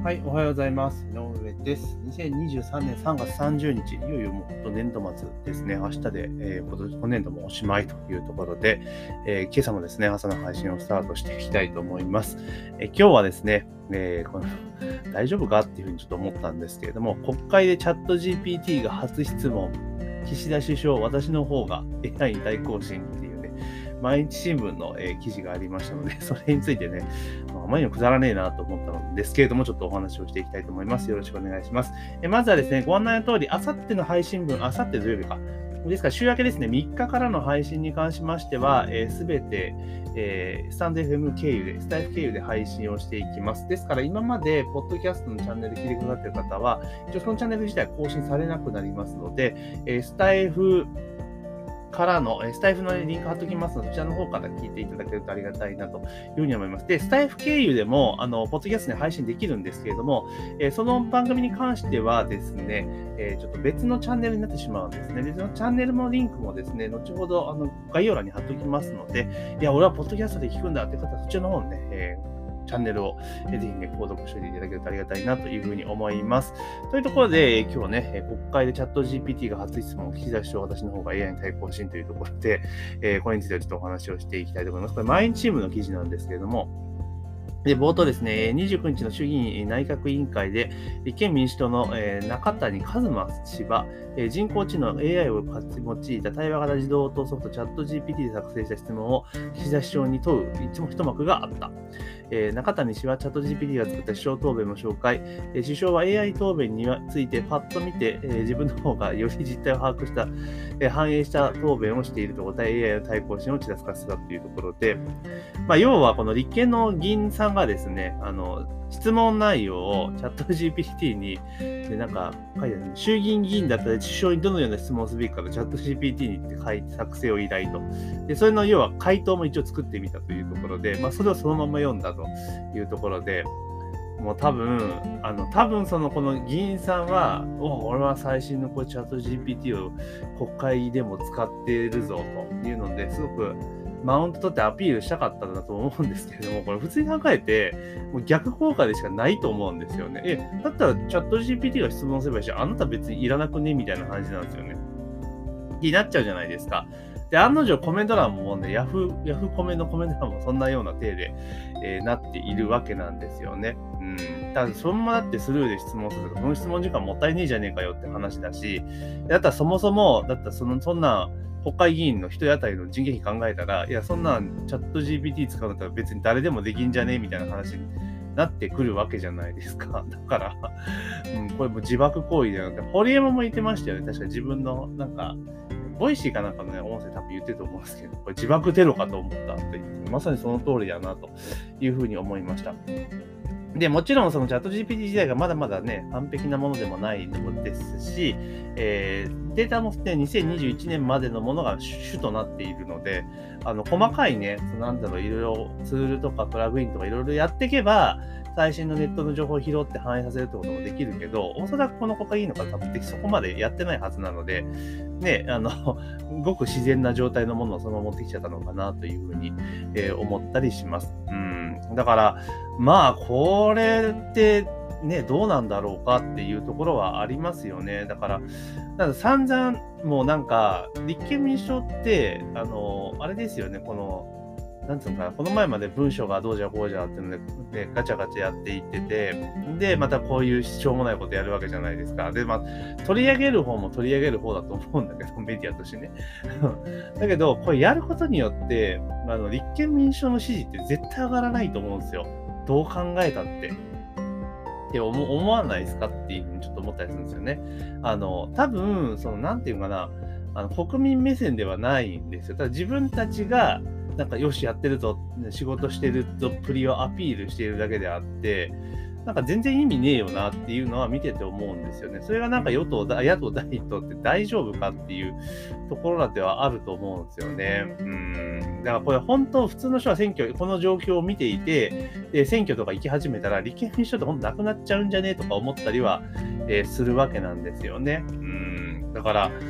はい、おはようございます。井上です。2023年3月30日、いよいよもう年度末ですね。明日で、今年度もおしまいというところで、今朝もですね、朝の配信をスタートしていきたいと思います。今日はですね、大丈夫かっていうふうにちょっと思ったんですけれども、国会でチャット GPT が初質問、岸田首相、私の方が AI に対抗心っていうね、毎日新聞の、記事がありましたので、それについてね、あまりにもくだらねえなと思ったんですけれども、ちょっとお話をしていきたいと思います。よろしくお願いします。まずはですね、ご案内の通り、あさっての配信分、あさって土曜日か。ですから週明けですね、3日からの配信に関しましては、すべて、スタンド FM 経由で、スタイフ経由で配信をしていきます。ですから今まで、ポッドキャストのチャンネル聞いてくださっている方は、一応そのチャンネル自体更新されなくなりますので、スタイフからの、スタイフのリンク貼っておきますので、そちらの方から聞いていただけるとありがたいなというふうに思います。で、スタイフ経由でも、ポッドキャストで配信できるんですけれども、その番組に関してはですね、ちょっと別のチャンネルになってしまうんですね。で、そのチャンネルのリンクもですね、後ほど、概要欄に貼っておきますので、いや、俺はポッドキャストで聞くんだって方は、そちらの方にね、チャンネルをぜひね、購読しておいていただけるとありがたいなというふうに思います。というところで、今日ね、国会でチャット GPT が初質問を聞き出しを私の方が AI に対抗心というところで、これについてはちょっとお話をしていきたいと思います。これ、毎日新聞の記事なんですけれども、で、冒頭ですね、29日の衆議院内閣委員会で、立憲民主党の中谷一馬氏は、人工知能 AI を用いた対話型自動応答ソフトチャット GPT で作成した質問を岸田首相に問う一幕があった。中谷氏はチャット GPT が作った首相答弁も紹介。首相は AI 答弁についてパッと見て、自分の方がより実態を把握した、反映した答弁をしていると答え AI の対抗心をちらつかせたというところで、要はこの立憲の議員さんがですね、質問内容をチャット GPT に、なんか書いてある、衆議院議員だったら首相にどのような質問をすべきかとチャット GPT にって書いて作成を依頼と。で、それの要は回答も一応作ってみたというところで、それをそのまま読んだというところで、もう多分この議員さんは、俺は最新のチャット GPT を国会でも使っているぞというので、すごくマウント取ってアピールしたかったんだと思うんですけれども、これ普通に考えて、もう逆効果でしかないと思うんですよね。だったらチャット GPT が質問すればいいし、あなた別にいらなくねみたいな感じなんですよね。になっちゃうじゃないですか。で、案の定コメント欄もね、ヤフーコメのコメント欄もそんなような体で、なっているわけなんですよね。ただ、そのままだってスルーで質問すると、この質問時間もったいねえじゃねえかよって話だし、だったらそもそも、そんな国会議員の一人当たりの人件費考えたら、いや、そんなチャット GPT 使うんだったら別に誰でもできんじゃねえみたいな話になってくるわけじゃないですか。だから、これも自爆行為ではなくて、堀山も言ってましたよね。確か自分の、ボイシーかなんかのね、音声多分言ってると思うんですけど、これ自爆テロかと思ったって言って、まさにその通りだなというふうに思いました。で、もちろんそのチャット GPT 自体がまだまだね、完璧なものでもないのですし、データもね、2021年までのものが主となっているので、細かいね、いろいろツールとかプラグインとかいろいろやっていけば、最新のネットの情報を拾って反映させるってこともできるけど、おそらくこの国会議員の方多分そこまでやってないはずなので、ね、ごく自然な状態のものをそのまま持ってきちゃったのかなというふうに、思ったりします。だから、これってね、どうなんだろうかっていうところはありますよね。だから、散々、もう立憲民主党って、あれですよね、なんつうのかな、この前まで文章がどうじゃこうじゃっていうので、ガチャガチャやっていってて、で、またこういうしょうもないことやるわけじゃないですか。で、取り上げる方も取り上げる方だと思うんだけど、メディアとしてね。だけど、これやることによって、立憲民主党の支持って絶対上がらないと思うんですよ。どう考えたって。って思わないですかっていうふうにちょっと思ったりするんですよね。多分、なんていうかな、国民目線ではないんですよ。ただ自分たちが、よし、やってるぞ、仕事してるぞ、プリをアピールしているだけであって、全然意味ねえよなっていうのは見てて思うんですよね。それが野党第一党って大丈夫かっていうところだってはあると思うんですよね。だからこれ本当普通の人はこの状況を見ていて、選挙とか行き始めたら立憲民主党って本当なくなっちゃうんじゃねえとか思ったりは、するわけなんですよね。だから、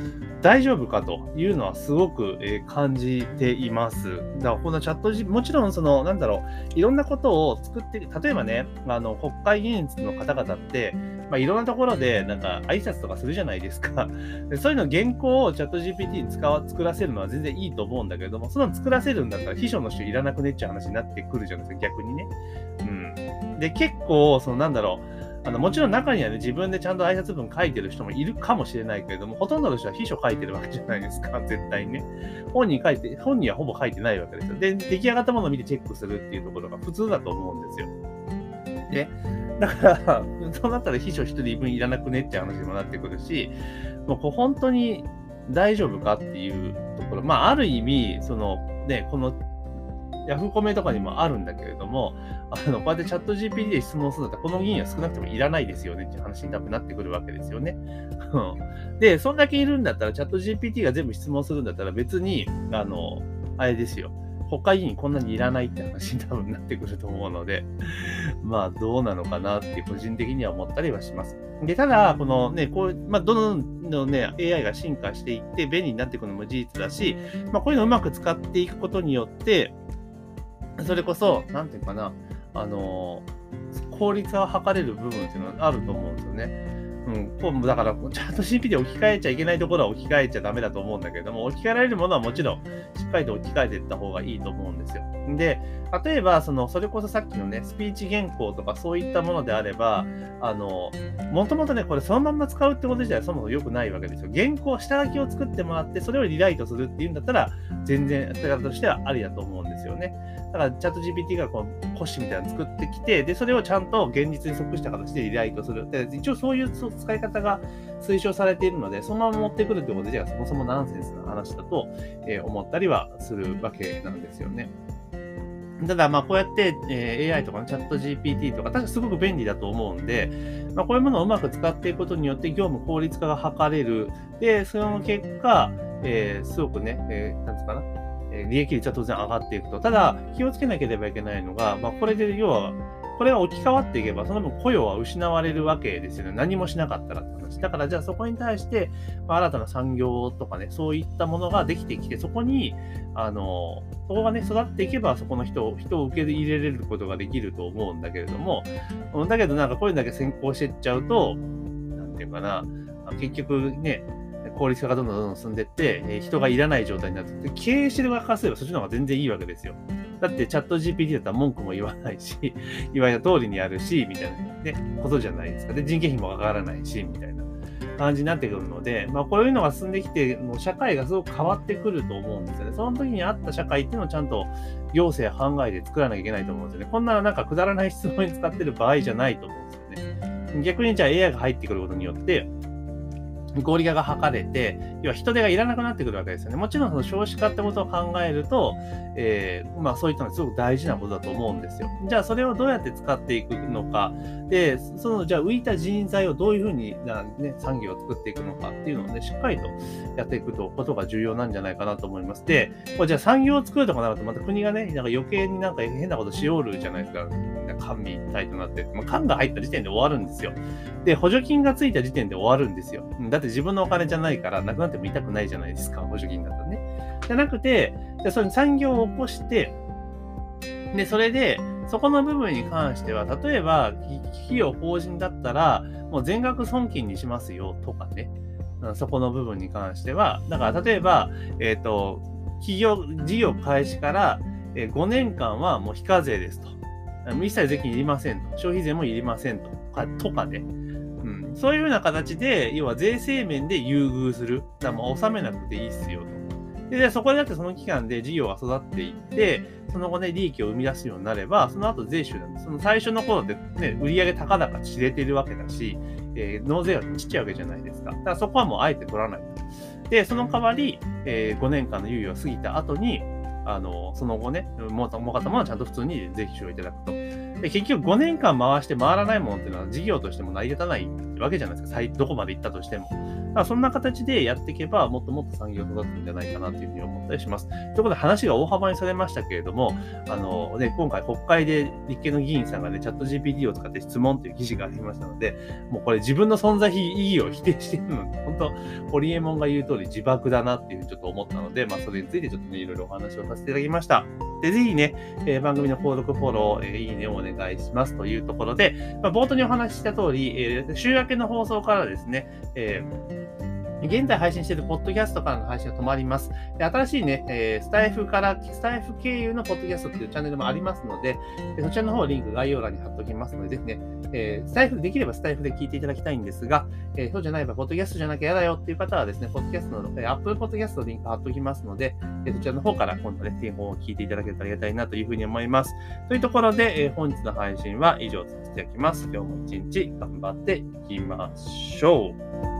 大丈夫かというのはすごく、感じています。だからこのチャット G、もちろんいろんなことを作って例えばね、国会議員の方々って、いろんなところでなんか挨拶とかするじゃないですか。でそういうの原稿をチャット GPT に作らせるのは全然いいと思うんだけれども、その作らせるんだったら秘書の人いらなくねっていう話になってくるじゃないですか、逆にね。で、結構、もちろん中にはね、自分でちゃんと挨拶文書いてる人もいるかもしれないけれども、ほとんどの人は秘書書いてるわけじゃないですか、絶対にね。本人はほぼ書いてないわけですよ。で、出来上がったものを見てチェックするっていうところが普通だと思うんですよ。で、だから、そうなったら秘書一人分いらなくねって話にもなってくるし、もう本当に大丈夫かっていうところ、ある意味、このヤフコメとかにもあるんだけれども、こうやってチャット GPT で質問するんだったら、この議員は少なくともいらないですよねっていう話に多分なってくるわけですよね。で、そんだけいるんだったら、チャット GPT が全部質問するんだったら、別に、あれですよ。国会議員こんなにいらないって話に多分なってくると思うので、どうなのかなって個人的には思ったりはします。で、ただ、このね、どんどんね、AI が進化していって便利になっていくのも事実だし、こういうのをうまく使っていくことによって、それこそ、なんていうかな、効率を図れる部分っていうのはあると思うんですよね。だから、チャット GPT で置き換えちゃいけないところは置き換えちゃダメだと思うんだけれども、置き換えられるものはもちろん、しっかりと置き換えていった方がいいと思うんですよ。で、例えば、それこそさっきのね、スピーチ原稿とかそういったものであれば、もともとね、これそのまんま使うってこと自体はそもそも良くないわけですよ。原稿、下書きを作ってもらって、それをリライトするっていうんだったら、全然、使い方としてはありだと思うんですよね。だから、チャット GPT がこう、コッシュみたいなの作ってきて、で、それをちゃんと現実に即した形でリライトする。で、一応そういう使い方が推奨されているので、そのまま持ってくるってこと自体はそもそもナンセンスな話だと、思ったりはするわけなんですよね。ただ、こうやって、AI とかのチャット GPT とか、確かすごく便利だと思うんで、こういうものをうまく使っていくことによって業務効率化が図れる。で、その結果、すごくね、なんつうかな、利益率は当然上がっていくと。ただ、気をつけなければいけないのが、これで要は、これが置き換わっていけば、その分雇用は失われるわけですよね。何もしなかったらって話。だからじゃあそこに対して、新たな産業とかね、そういったものができてきて、そこに、そこがね、育っていけば、そこの人を受け入れれることができると思うんだけれども、だけどなんかこういうのだけ先行していっちゃうと、なんていうかな、結局ね、効率化がどんどん進んでいって、人がいらない状態になって、経営してる側からすればそっちの方が全然いいわけですよ。だってチャット GPT だったら文句も言わないし、言われた通りにやるし、みたいな、ね、ことじゃないですか。で、人件費もかからないし、みたいな感じになってくるので、こういうのが進んできて、もう社会がすごく変わってくると思うんですよね。その時に合った社会っていうのをちゃんと行政考えて作らなきゃいけないと思うんですよね。こんななんかくだらない質問に使ってる場合じゃないと思うんですよね。逆にじゃあ AI が入ってくることによって、合理化が図れて、要は人手がいらなくなってくるわけですよね。もちろんその少子化ってことを考えると、そういったのはすごく大事なことだと思うんですよ。じゃあそれをどうやって使っていくのか、で、じゃあ浮いた人材をどういうふうに、産業を作っていくのかっていうのをね、しっかりとやっていくことが重要なんじゃないかなと思います。で、これじゃあ産業を作るとかなると、また国がね、なんか余計になんか変なことしおるじゃないですか。官民一体となって、官が入った時点で終わるんですよ。で、補助金がついた時点で終わるんですよ。だって自分のお金じゃないから、なくなっても痛くないじゃないですか、補助金だったらね。じゃなくて、じゃあその産業を起こして、で、それで、そこの部分に関しては、例えば、企業法人だったら、もう全額損金にしますよ、とかね。そこの部分に関しては、だから例えば、事業開始から5年間はもう非課税ですと。一切税金いりませんと。消費税もいりませんとかね。そういうような形で、要は税制面で優遇する。だからもう納めなくていいっすよと。で、そこでだってその期間で事業が育っていって、その後ね、利益を生み出すようになれば、その後税収なんです。その最初の頃でね、売上高々知れてるわけだし、納税はちっちゃいわけじゃないですか。だからそこはもうあえて取らないと。で、その代わり、5年間の猶予が過ぎた後に、その後ね、もう方もはちゃんと普通に税収をいただくと。で、結局5年間回して回らないものっていうのは事業としても成り立たないわけじゃないですか。どこまで行ったとしても。 そんな形でやっていけば、もっともっと産業育つんじゃないかなというふうに思ったりします。ということで話が大幅にされましたけれども、今回国会で立憲の議員さんがね、チャット GPT を使って質問という記事がありましたので、もうこれ自分の存在意義を否定しているので、本当、ホリエモンが言う通り自爆だなっていうふうにちょっと思ったので、それについてちょっとね、いろいろお話をさせていただきました。で、ぜひね、番組の購読、フォロー、いいねをお願いしますというところで、冒頭にお話しした通り、週明けの放送からですね、現在配信しているポッドキャストからの配信が止まります。で、新しいね、スタイフ経由のポッドキャストっていうチャンネルもありますので、そちらの方リンク概要欄に貼っておきますので、ぜひね、できればスタイフで聞いていただきたいんですが、そうじゃない場合、ポッドキャストじゃなきゃ嫌だよっていう方はですね、ポッドキャストの、Apple Podcast のリンク貼っておきますので、そちらの方から今度ね、天本を聞いていただけるとありがたいなというふうに思います。というところで、本日の配信は以上とさせていただきます。今日も一日頑張っていきましょう。